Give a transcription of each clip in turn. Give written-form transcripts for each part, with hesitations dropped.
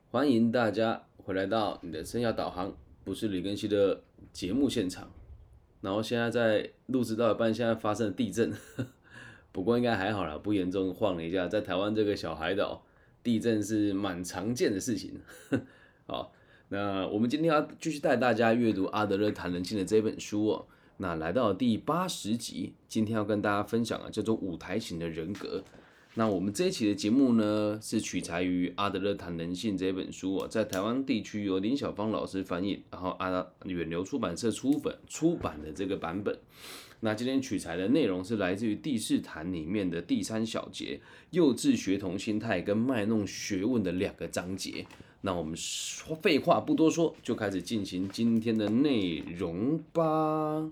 欢迎大家回来到你的生涯导航，不是李根熙的节目现场。然后现在在录制到一半，现在发生了地震，不过应该还好啦，不严重，晃了一下。在台湾这个小海岛，地震是蛮常见的事情。好，那我们今天要继续带大家阅读阿德勒谈人性的这本书哦。那来到第80集，今天要跟大家分享叫做舞台型的人格。那我们这一期的节目呢，是取材于阿德勒谈人性这本书哦，在台湾地区由林小芳老师翻译，然后远流出版社出版的这个版本。那今天取材的内容是来自于第四谈里面的第3小节，幼稚学童心态跟卖弄学问的2个章节。那我们废话不多说，就开始进行今天的内容吧。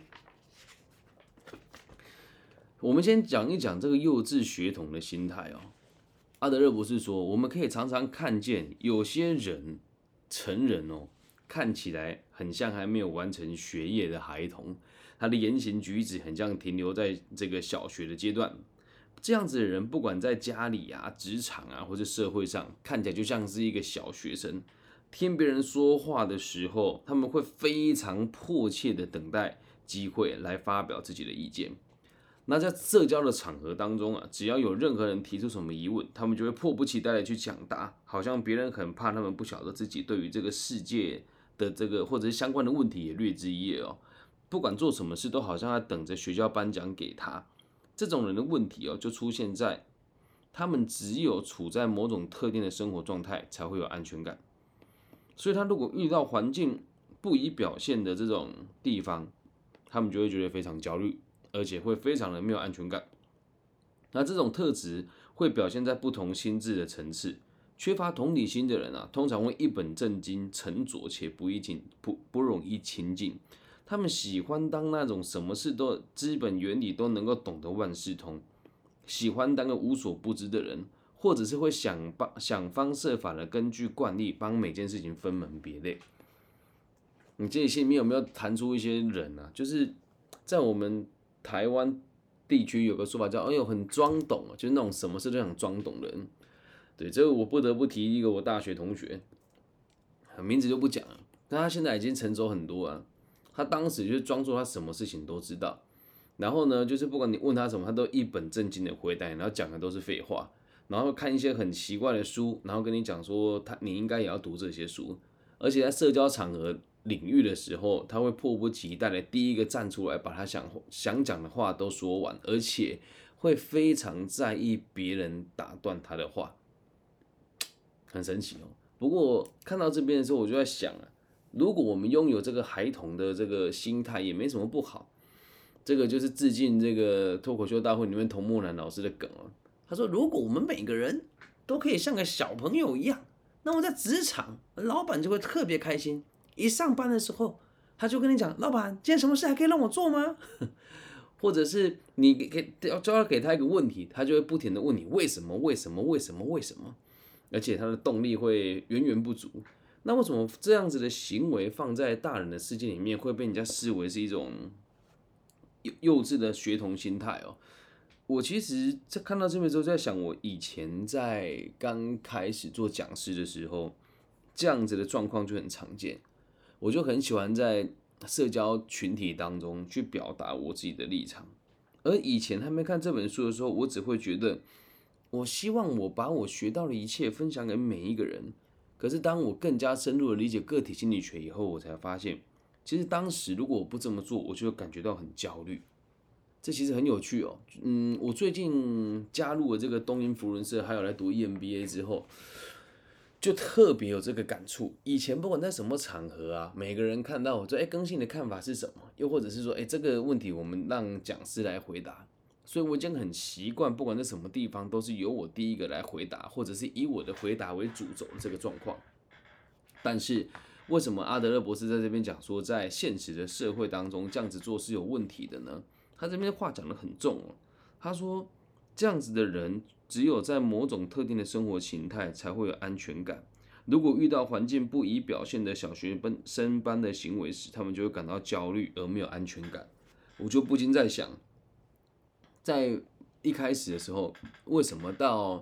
我们先讲一讲这个幼稚学童的心态哦。阿德勒博士说，我们可以常常看见有些人，成人哦，看起来很像还没有完成学业的孩童，他的言行举止很像停留在这个小学的阶段。这样子的人，不管在家里啊、职场啊，或者社会上，看起来就像是一个小学生。听别人说话的时候，他们会非常迫切的等待机会来发表自己的意见。那在社交的场合当中啊，只要有任何人提出什么疑问，他们就会迫不及待的去抢答，好像别人很怕他们不晓得自己对于这个世界的这个或者是相关的问题也略知一二哦。不管做什么事，都好像在等着学校颁奖给他。这种人的问题就出现在他们只有处在某种特定的生活状态才会有安全感。所以他如果遇到环境不宜表现的这种地方，他们就会觉得非常焦虑，而且会非常的没有安全感。那这种特质会表现在不同心智的层次。缺乏同理心的人通常会一本正经、沉着且不容易亲近。他们喜欢当那种什么事都基本原理都能够懂得万事通，喜欢当个无所不知的人，或者是会想方设法的根据惯例帮每件事情分门别类。你这些里面有没有谈出一些人就是在我们台湾地区有个说法叫“哎呦很装懂”，就是那种什么事都想装懂的人。对，这个我不得不提一个我大学同学，名字就不讲了，但他现在已经成熟很多啊。他当时就装作他什么事情都知道，然后呢，就是不管你问他什么，他都一本正经的回答，然后讲的都是废话，然后看一些很奇怪的书，然后跟你讲说你应该也要读这些书，而且在社交场合领域的时候，他会迫不及待的第一个站出来，把他想讲的话都说完，而且会非常在意别人打断他的话，很神奇哦。不过看到这边的时候，我就在想如果我们拥有这个孩童的这个心态，也没什么不好。这个就是致敬这个脱口秀大会里面童木兰老师的梗哦。他说，如果我们每个人都可以像个小朋友一样，那么在职场，老板就会特别开心。一上班的时候，他就跟你讲，老板，今天什么事还可以让我做吗？或者是你就要给他一个问题，他就会不停的问你为什么，为什么，为什么，为什么，而且他的动力会源源不足。那为什么这样子的行为放在大人的世界里面会被人家视为是一种幼稚的学童心态哦？我其实在看到这边之后，在想我以前在刚开始做讲师的时候，这样子的状况就很常见。我就很喜欢在社交群体当中去表达我自己的立场。而以前还没看这本书的时候，我只会觉得，我希望我把我学到的一切分享给每一个人。可是当我更加深入的理解个体心理学以后，我才发现，其实当时如果我不这么做，我就会感觉到很焦虑。这其实很有趣哦。我最近加入了这个东英福伦社，还有来读 EMBA 之后，就特别有这个感触。以前不管在什么场合每个人看到我说，更新的看法是什么？又或者是说，这个问题我们让讲师来回答。所以我已经很习惯，不管在什么地方，都是由我第一个来回答，或者是以我的回答为主轴的这个状况。但是为什么阿德勒博士在这边讲说，在现实的社会当中，这样子做是有问题的呢？他这边话讲得很重哦。他说，这样子的人只有在某种特定的生活形态才会有安全感。如果遇到环境不宜表现的小学生般的行为时，他们就会感到焦虑而没有安全感。我就不禁在想，在一开始的时候，为什么到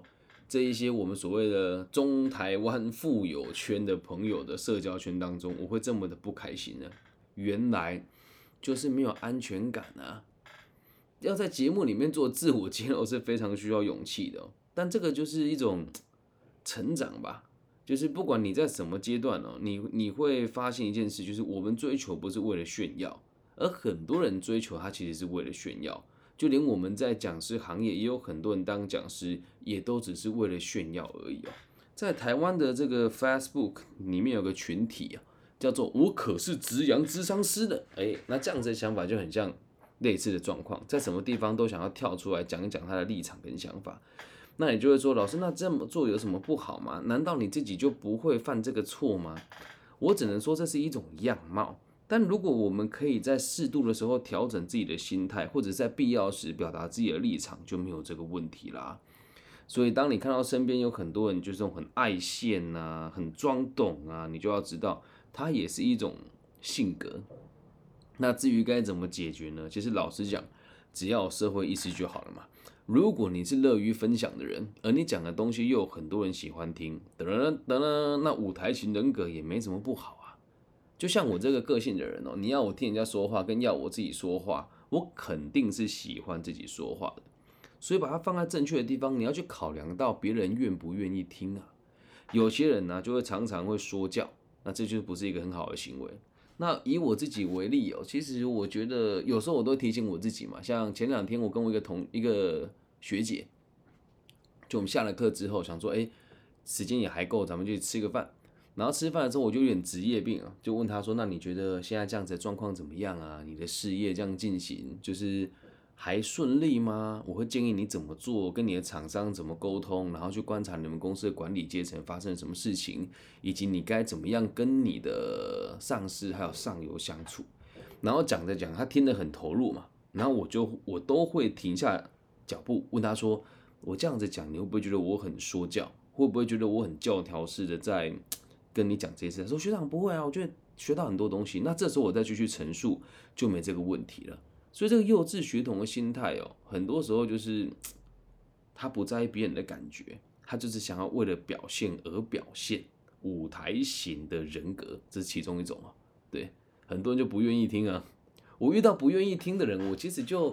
这一些我们所谓的中台湾富有圈的朋友的社交圈当中，我会这么的不开心呢？原来就是没有安全感啊！要在节目里面做自我揭露是非常需要勇气的但这个就是一种成长吧。就是不管你在什么阶段你会发现一件事，就是我们追求不是为了炫耀，而很多人追求他其实是为了炫耀。就连我们在讲师行业，也有很多人当讲师，也都只是为了炫耀而已在台湾的这个 Facebook 里面有个群体叫做"我可是职涯諮商师的"，那这样子的想法就很像类似的状况，在什么地方都想要跳出来讲一讲他的立场跟想法。那你就会说，老师，那这么做有什么不好吗？难道你自己就不会犯这个错吗？我只能说这是一种样貌，但如果我们可以在适度的时候调整自己的心态，或者在必要时表达自己的立场，就没有这个问题啦。所以当你看到身边有很多人就是这种很爱现啊、很装懂啊，你就要知道，它也是一种性格。那至于该怎么解决呢？其实老实讲，只要有社会意识就好了嘛。如果你是乐于分享的人，而你讲的东西又有很多人喜欢听，那舞台型人格也没什么不好啊。就像我这个个性的人你要我听人家说话，跟要我自己说话，我肯定是喜欢自己说话的。所以把它放在正确的地方，你要去考量到别人愿不愿意听啊。有些人呢，就会常常会说教，那这就不是一个很好的行为。那以我自己为例其实我觉得有时候我都会提醒我自己嘛，像前2天我跟我一个学姐，就我们下了课之后想说，时间也还够，咱们就吃个饭。然后吃饭的时候我就有点职业病就问他说，那你觉得现在这样子的状况怎么样啊？你的事业这样进行，就是还顺利吗？我会建议你怎么做，跟你的厂商怎么沟通，然后去观察你们公司的管理阶层发生了什么事情，以及你该怎么样跟你的上司还有上游相处。然后讲着讲，他听得很投入嘛，然后我都会停下脚步问他说，我这样子讲，你会不会觉得我很说教？会不会觉得我很教条式的在跟你讲这些事？他说学长不会啊，我觉得学到很多东西。那这时候我再继续陈述，就没这个问题了。所以这个幼稚学童的心态很多时候就是他不在意别人的感觉，他就是想要为了表现而表现，舞台型的人格，这是其中一种对，很多人就不愿意听啊。我遇到不愿意听的人，我其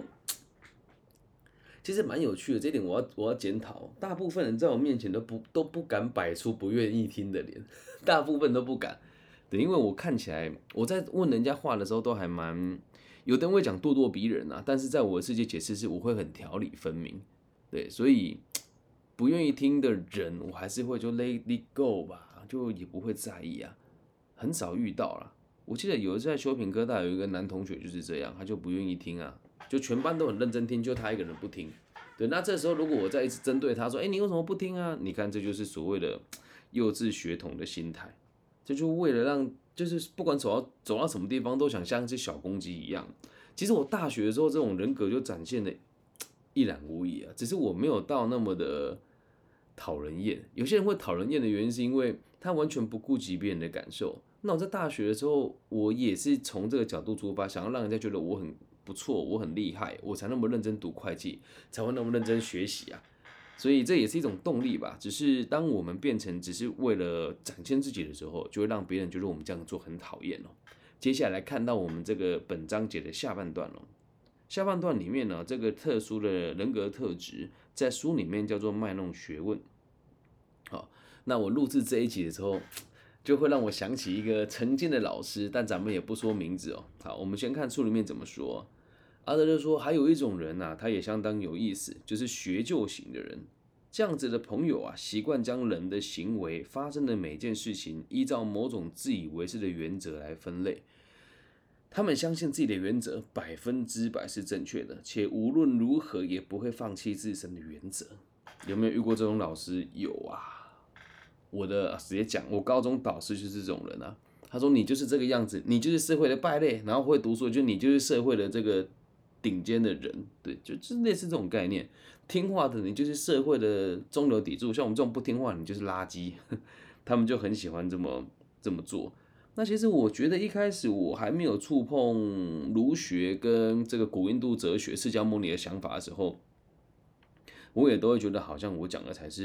实蛮有趣的，这一点我要检讨。大部分人在我面前都不敢摆出不愿意听的脸，大部分都不敢。对，因为我看起来我在问人家话的时候都还蛮。有的人会讲咄咄逼人但是在我的世界解释是我会很条理分明，对，所以不愿意听的人，我还是会就 let it go 吧，就也不会在意很少遇到啦。我记得有一次在修平科大有一个男同学就是这样，他就不愿意听就全班都很认真听，就他一个人不听。对，那这时候如果我再一直针对他说，你为什么不听啊？你看这就是所谓的幼稚学童的心态，这就为了让。就是不管走到什么地方，都想像一只小公鸡一样。其实我大学的时候，这种人格就展现的一览无遗只是我没有到那么的讨人厌。有些人会讨人厌的原因，是因为他完全不顾及别人的感受。那我在大学的时候，我也是从这个角度出发，想要让人家觉得我很不错，我很厉害，我才那么认真读会计，才会那么认真学习所以这也是一种动力吧，只是当我们变成只是为了展现自己的时候，就会让别人觉得我们这样做很讨厌接下来看到我们这个本章节的下半段下半段里面呢，这个特殊的人格特质在书里面叫做卖弄学问。好，那我录制这一集的时候，就会让我想起一个曾经的老师，但咱们也不说名字好，我们先看书里面怎么说。阿德勒说，还有一种人他也相当有意思，就是学究型的人。这样子的朋友习惯将人的行为发生的每件事情，依照某种自以为是的原则来分类。他们相信自己的原则100%是正确的，且无论如何也不会放弃自身的原则。有没有遇过这种老师？有我直接讲，我高中导师就是这种人他说你就是这个样子，你就是社会的败类，然后会读书，就你就是社会的这个顶尖的人，对，就是类似这种概念。听话的你就是社会的中流砥柱，像我们这种不听话，你就是垃圾。他们就很喜欢这么做。那其实我觉得一开始我还没有触碰儒学跟这个古印度哲学、释迦牟尼的想法的时候，我也都会觉得好像我讲的才是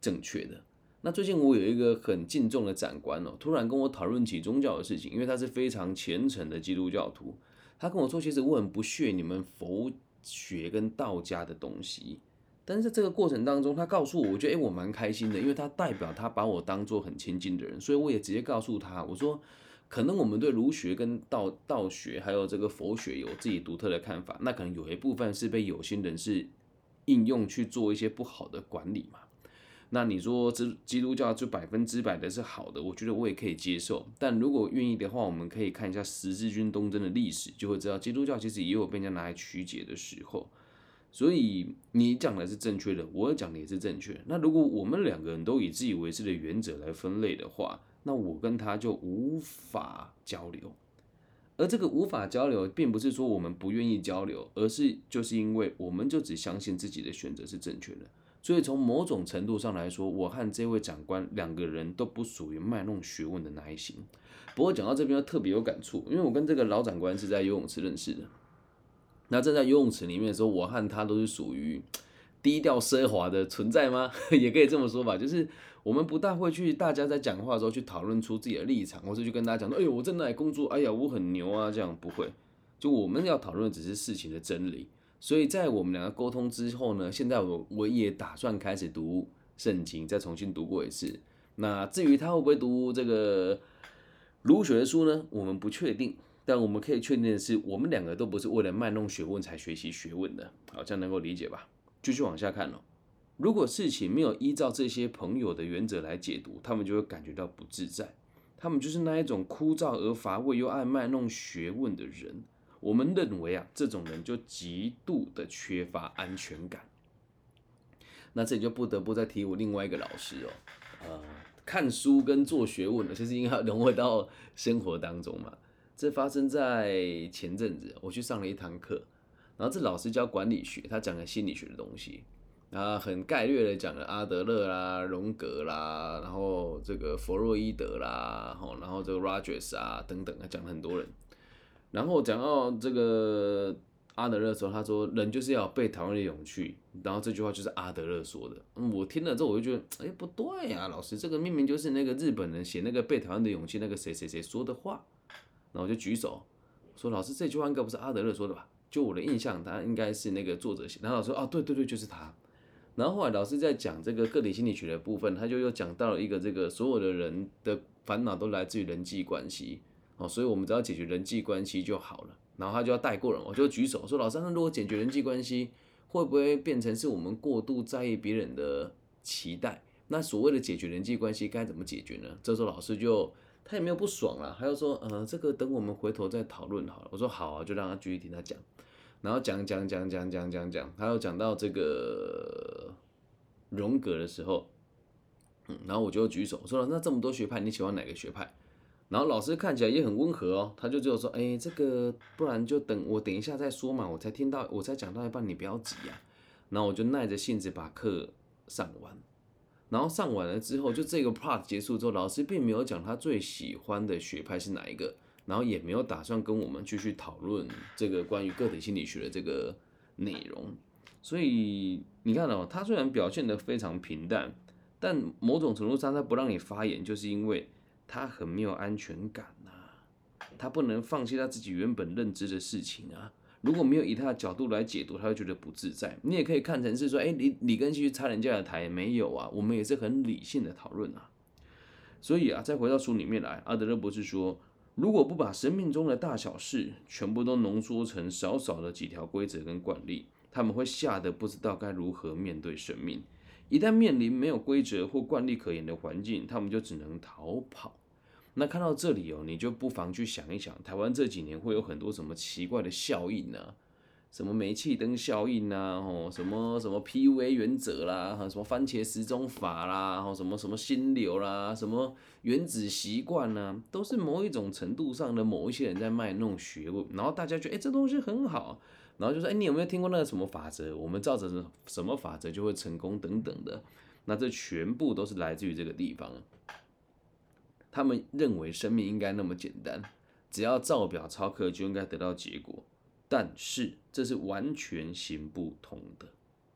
正确的。那最近我有一个很敬重的长官哦，突然跟我讨论起宗教的事情，因为他是非常虔诚的基督教徒。他跟我说，其实我很不屑你们佛学跟道家的东西，但是在这个过程当中，他告诉我，我觉得我蛮开心的，因为他代表他把我当做很亲近的人，所以我也直接告诉他，我说，可能我们对儒学跟道学还有这个佛学有自己独特的看法，那可能有一部分是被有心人士应用去做一些不好的管理嘛。那你说基督教就100%的是好的，我觉得我也可以接受。但如果愿意的话，我们可以看一下十字军东征的历史，就会知道基督教其实也有被人家拿来曲解的时候。所以你讲的是正确的，我讲的也是正确的。那如果我们两个人都以自以为是的原则来分类的话，那我跟他就无法交流。而这个无法交流，并不是说我们不愿意交流，而是就是因为我们就只相信自己的选择是正确的。所以从某种程度上来说，我和这位长官两个人都不属于卖弄学问的那一型。不过讲到这边特别有感触，因为我跟这个老长官是在游泳池认识的。那站在游泳池里面的时候，我和他都是属于低调奢华的存在吗？也可以这么说吧，就是我们不大会去大家在讲话的时候去讨论出自己的立场，或是去跟大家讲说，哎呦我在那里工作，哎呀我很牛啊，这样不会。就我们要讨论的只是事情的真理。所以在我们两个沟通之后呢，现在我也打算开始读圣经，再重新读过一次。那至于他会不会读这个儒学的书呢？我们不确定，但我们可以确定的是，我们两个都不是为了卖弄学问才学习学问的。好，这样能够理解吧？继续往下看哦。如果事情没有依照这些朋友的原则来解读，他们就会感觉到不自在。他们就是那一种枯燥而乏味又爱卖弄学问的人。我们认为啊，这种人就极度的缺乏安全感。那这里就不得不再提我另外一个老师哦，看书跟做学问的，其实应该融汇到生活当中嘛。这发生在前阵子，我去上了一堂课，然后这老师教管理学，他讲了心理学的东西，很概略的讲了阿德勒啦、荣格啦，然后这个弗洛伊德啦，然后这个 Rogers 啊等等，他讲了很多人。然后讲到这个阿德勒的时候，他说人就是要有被讨厌的勇气，然后这句话就是阿德勒说的。我听了之后我就觉得，不对呀，老师，这个明明就是那个日本人写那个被讨厌的勇气那个谁谁谁说的话。然后我就举手说，老师这句话应该不是阿德勒说的吧？就我的印象，他应该是那个作者写。然后老师说，对对对，就是他。然后后来老师在讲这个个体心理学的部分，他就又讲到了一个这个所有的人的烦恼都来自于人际关系。所以我们只要解决人际关系就好了。然后他就要带过人，我就举手说：“老师，那如果解决人际关系，会不会变成是我们过度在意别人的期待？那所谓的解决人际关系该怎么解决呢？”这时候老师他也没有不爽啦，他就说：“这个等我们回头再讨论好了。”我说：“好啊，就让他继续听他讲。”然后讲，他又讲到这个荣格的时候，然后我就举手我说：“那这么多学派，你喜欢哪个学派？”然后老师看起来也很温和哦，他就只有说，这个不然就等一下再说嘛，我才讲到一半，你不要急啊。然后我就耐着性子把课上完，然后上完了之后，就这个 part 结束之后，老师并没有讲他最喜欢的学派是哪一个，然后也没有打算跟我们继续讨论这个关于个体心理学的这个内容。所以你看哦，他虽然表现得非常平淡，但某种程度上他不让你发言，就是因为他很没有安全感他不能放弃他自己原本认知的事情啊。如果没有以他的角度来解读，他会觉得不自在。你也可以看成是说，你跟去插人家的台没有啊，我们也是很理性的讨论啊。所以再回到书里面来，阿德勒博士说，如果不把生命中的大小事全部都浓缩成少少的几条规则跟惯例，他们会吓得不知道该如何面对生命。一旦面临没有规则或惯例可言的环境，他们就只能逃跑。那看到这里你就不妨去想一想，台湾这几年会有很多什么奇怪的效应啊，什么煤气灯效应啊，什么 PUA 原则啦，什么番茄时钟法啦，什么心流啦，什么原子习惯啦，都是某一种程度上的某一些人在卖弄学问，然后大家觉得这东西很好，然后就说你有没有听过那个什么法则？我们照着什么法则就会成功等等的，那这全部都是来自于这个地方。他们认为生命应该那么简单，只要照表操课就应该得到结果，但是这是完全行不通的。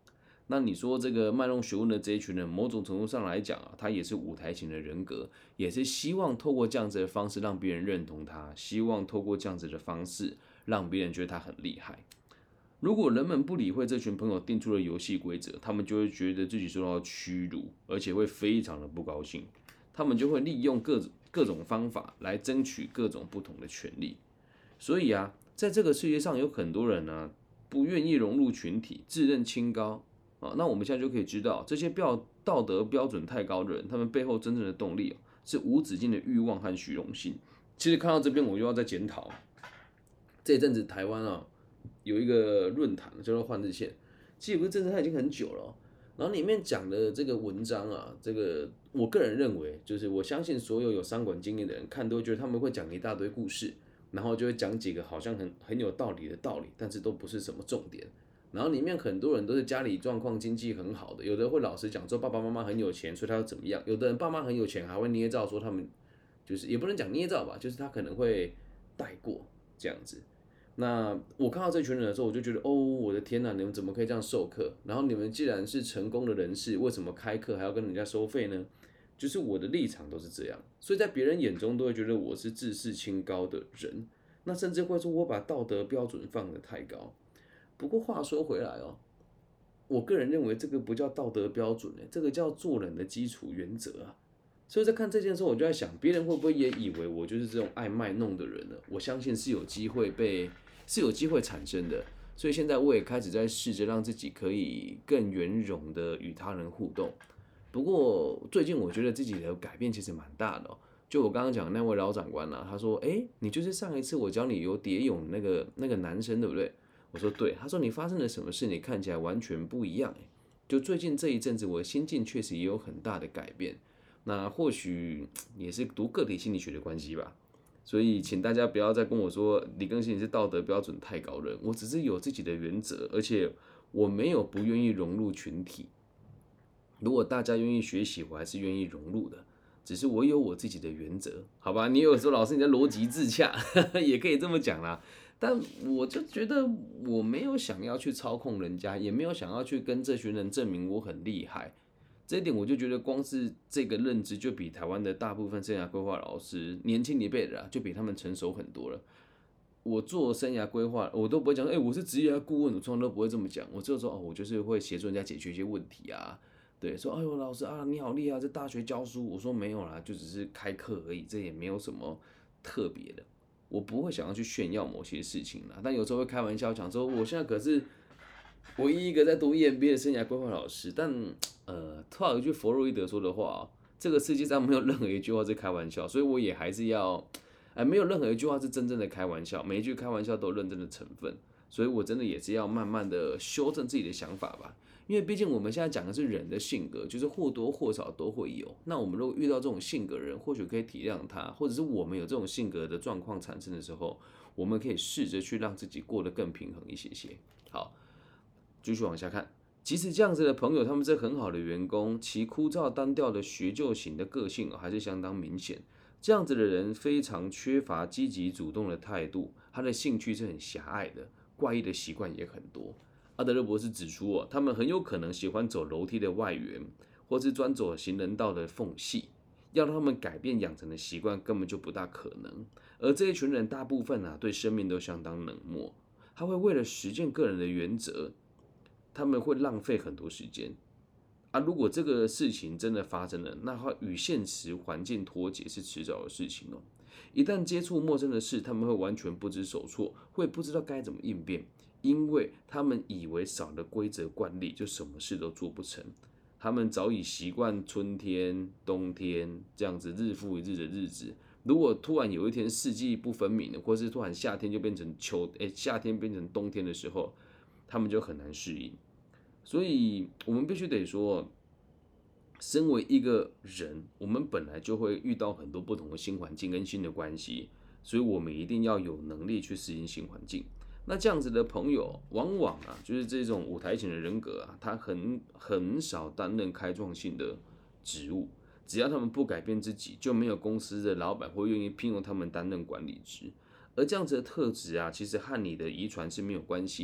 那你说这个卖弄学问的这一群人，某种程度上来讲啊，他也是舞台型的人格，也是希望透过这样子的方式让别人认同他，希望透过这样子的方式让别人觉得他很厉害。如果人们不理会这群朋友定出的游戏规则，他们就会觉得自己受到屈辱，而且会非常的不高兴。他们就会利用各种方法来争取各种不同的权利。所以啊，在这个世界上有很多人呢、不愿意融入群体，自认清高啊。那我们现在就可以知道，这些道德标准太高的人，他们背后真正的动力是无止境的欲望和虚荣心。其实看到这边，我就要再检讨，这阵子台湾啊有一个论坛叫做换日线，其实有个政治它已经很久了然后里面讲的这个文章啊，这个我个人认为，就是我相信所有有商管经验的人看都会觉得他们会讲一大堆故事，然后就会讲几个好像很有道理的道理，但是都不是什么重点。然后里面很多人都是家里状况经济很好的，有的会老实讲说爸爸妈妈很有钱，所以他要怎么样；有的人爸妈很有钱，还会捏造说他们就是也不能讲捏造吧，就是他可能会带过这样子。那我看到这群人的时候，我就觉得，哦，我的天哪，你们怎么可以这样授课？然后你们既然是成功的人士，为什么开课还要跟人家收费呢？就是我的立场都是这样，所以在别人眼中都会觉得我是自视清高的人，那甚至会说我把道德标准放得太高。不过话说回来哦，我个人认为这个不叫道德标准这个叫做人的基础原则啊。所以在看这件事，我就在想，别人会不会也以为我就是这种爱卖弄的人呢？我相信是有机会产生的。所以现在我也开始在试着让自己可以更圆融的与他人互动。不过最近我觉得自己的改变其实蛮大的就我刚刚讲的那位老长官他说：你就是上一次我教你游蝶泳那个男生对不对？我说对。他说你发生了什么事？你看起来完全不一样就最近这一阵子，我的心境确实也有很大的改变。那或许也是读个体心理学的关系吧。所以，请大家不要再跟我说李更新是道德标准太高人，我只是有自己的原则，而且我没有不愿意融入群体。如果大家愿意学习，我还是愿意融入的。只是我有我自己的原则，好吧？你有时候老师你在逻辑自洽，也可以这么讲啦。但我就觉得我没有想要去操控人家，也没有想要去跟这群人证明我很厉害。这一点我就觉得，光是这个认知就比台湾的大部分生涯规划老师年轻一辈的就比他们成熟很多了。我做生涯规划，我都不会讲我是职业顾问，我从来都不会这么讲。我只有说我就是会协助人家解决一些问题啊。对，说哎呦老师你好厉害，在大学教书。我说没有啦，就只是开课而已，这也没有什么特别的。我不会想要去炫耀某些事情啦，但有时候会开玩笑讲说，我现在可是唯一一个在读 EMBA 的生涯规划老师。但套有一句弗洛伊德说的话这个世界上没有任何一句话是开玩笑，所以我也还是要，没有任何一句话是真正的开玩笑，每一句开玩笑都有认真的成分，所以我真的也是要慢慢的修正自己的想法吧。因为毕竟我们现在讲的是人的性格，就是或多或少都会有。那我们如果遇到这种性格的人，或许可以体谅他，或者是我们有这种性格的状况产生的时候，我们可以试着去让自己过得更平衡一些些。好，继续往下看。即使这样子的朋友，他们是很好的员工，其枯燥单调的学究型的个性还是相当明显。这样子的人非常缺乏积极主动的态度，他的兴趣是很狭隘的，怪异的习惯也很多。阿德勒博士指出他们很有可能喜欢走楼梯的外缘，或是专走行人道的缝隙。要让他们改变养成的习惯，根本就不大可能。而这一群人大部分对生命都相当冷漠，他会为了实践个人的原则，他们会浪费很多时间。如果这个事情真的发生了，那与现实环境脱节是迟早的事情一旦接触陌生的事，他们会完全不知所措，会不知道该怎么应变，因为他们以为少了规则惯例就什么事都做不成。他们早已习惯春天、冬天这样子日复一日的日子。如果突然有一天四季不分明，或是突然夏天就变成夏天变成冬天的时候，他们就很难适应。所以我们必须得说，身为一个人，我们本来就会遇到很多不同的新环境跟新的关系，所以我们一定要有能力去适应新环境。那这样子的朋友，往往就是这种舞台型的人格他很少担任开创性的职务。只要他们不改变自己，就没有公司的老板会愿意聘用他们担任管理职。而这样子的特质其实和你的遗传是没有关系的，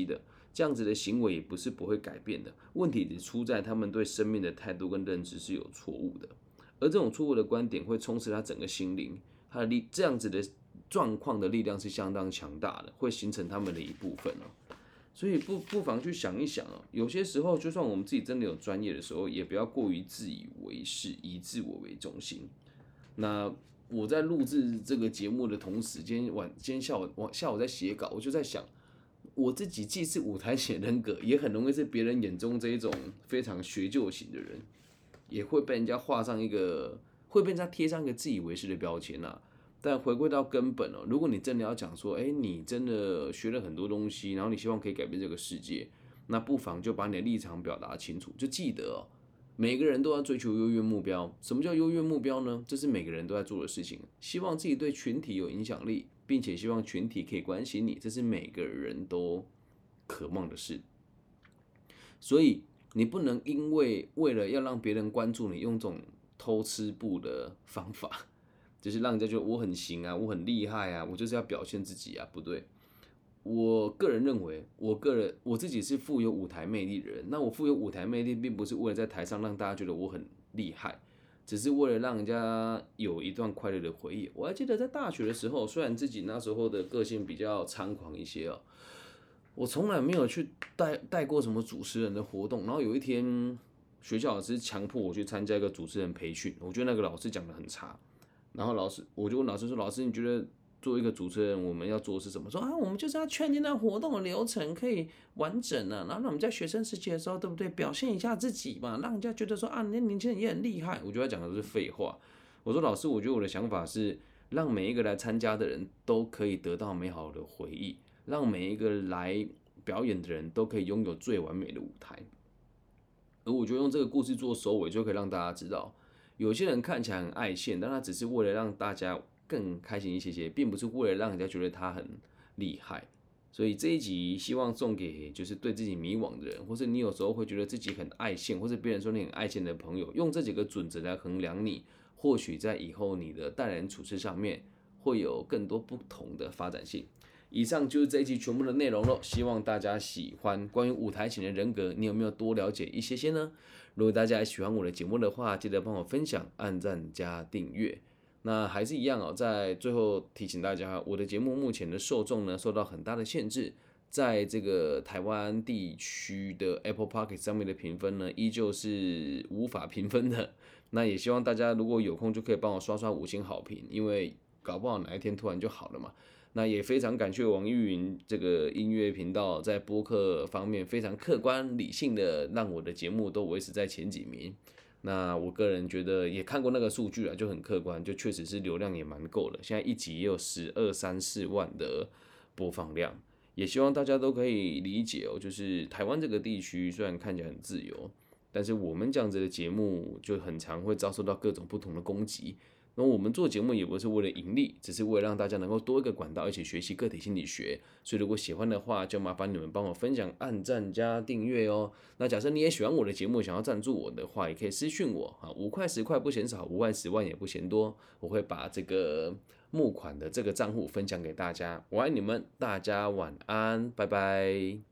这样子的行为也不是不会改变的，问题只出在他们对生命的态度跟认知是有错误的，而这种错误的观点会充斥他整个心灵，这样子的状况的力量是相当强大的，会形成他们的一部分哦。所以不妨去想一想哦，有些时候就算我们自己真的有专业的时候，也不要过于自以为是，以自我为中心。那我在录制这个节目的同时，今天下午在写稿，我就在想，我自己既是舞台型人格，也很容易是别人眼中这一种非常学究型的人，也会被人家画上一个，会被人家贴上一个自以为是的标签啊。但回归到根本哦，如果你真的要讲说，你真的学了很多东西，然后你希望可以改变这个世界，那不妨就把你的立场表达清楚，就记得哦，每个人都要追求优越目标。什么叫优越目标呢？这是每个人都在做的事情，希望自己对群体有影响力，并且希望群体可以关心你，这是每个人都渴望的事。所以你不能为了要让别人关注你，用这种偷吃步的方法。就是让人家觉得我很行啊，我很厉害啊，我就是要表现自己啊，不对。我个人认为，我自己是富有舞台魅力的人。那我富有舞台魅力，并不是为了在台上让大家觉得我很厉害，只是为了让人家有一段快乐的回忆。我还记得在大学的时候，虽然自己那时候的个性比较猖狂一些哦，我从来没有去带过什么主持人的活动。然后有一天，学校老师强迫我去参加一个主持人培训，我觉得那个老师讲的很差。然后我就问老师说：“老师，你觉得做一个主持人，我们要做的是什么？”说啊，我们就是要确定那活动的流程可以完整啊，然后让我们在学生时期的时候，对不对？表现一下自己嘛，让人家觉得说啊，那年轻人也很厉害。我觉得他讲的都是废话。我说老师，我觉得我的想法是，让每一个来参加的人都可以得到美好的回忆，让每一个来表演的人都可以拥有最完美的舞台。而我觉得用这个故事做收尾，就可以让大家知道。有些人看起来很爱现，但他只是为了让大家更开心一些，并不是为了让人家觉得他很厉害。所以这一集希望送给就是对自己迷惘的人，或是你有时候会觉得自己很爱现，或是别人说你很爱现的朋友，用这几个准则来衡量你，或许在以后你的待人处事上面会有更多不同的发展性。以上就是这一集全部的内容了，希望大家喜欢。关于舞台型的人格，你有没有多了解一些呢？如果大家喜欢我的节目的话，记得帮我分享、按赞加订阅。那还是一样哦，在最后提醒大家，我的节目目前的受众呢受到很大的限制，在这个台湾地区的 Apple Podcast 上面的评分呢，依旧是无法评分的。那也希望大家如果有空就可以帮我刷刷5星好评，因为搞不好哪一天突然就好了嘛。那也非常感谢网易云这个音乐频道在播客方面非常客观理性的让我的节目都维持在前几名。那我个人觉得也看过那个数据啊，就很客观，就确实是流量也蛮够的，现在一集也有12、3、4万的播放量。也希望大家都可以理解哦，就是台湾这个地区虽然看起来很自由，但是我们这样子的节目就很常会遭受到各种不同的攻击。那我们做节目也不是为了盈利，只是为了让大家能够多一个管道一起学习个体心理学。所以如果喜欢的话，就麻烦你们帮我分享、按赞加订阅哦。那假设你也喜欢我的节目，想要赞助我的话，也可以私讯我啊，5块10块不嫌少，5万10万也不嫌多。我会把这个募款的这个账户分享给大家。我爱你们，大家晚安，拜拜。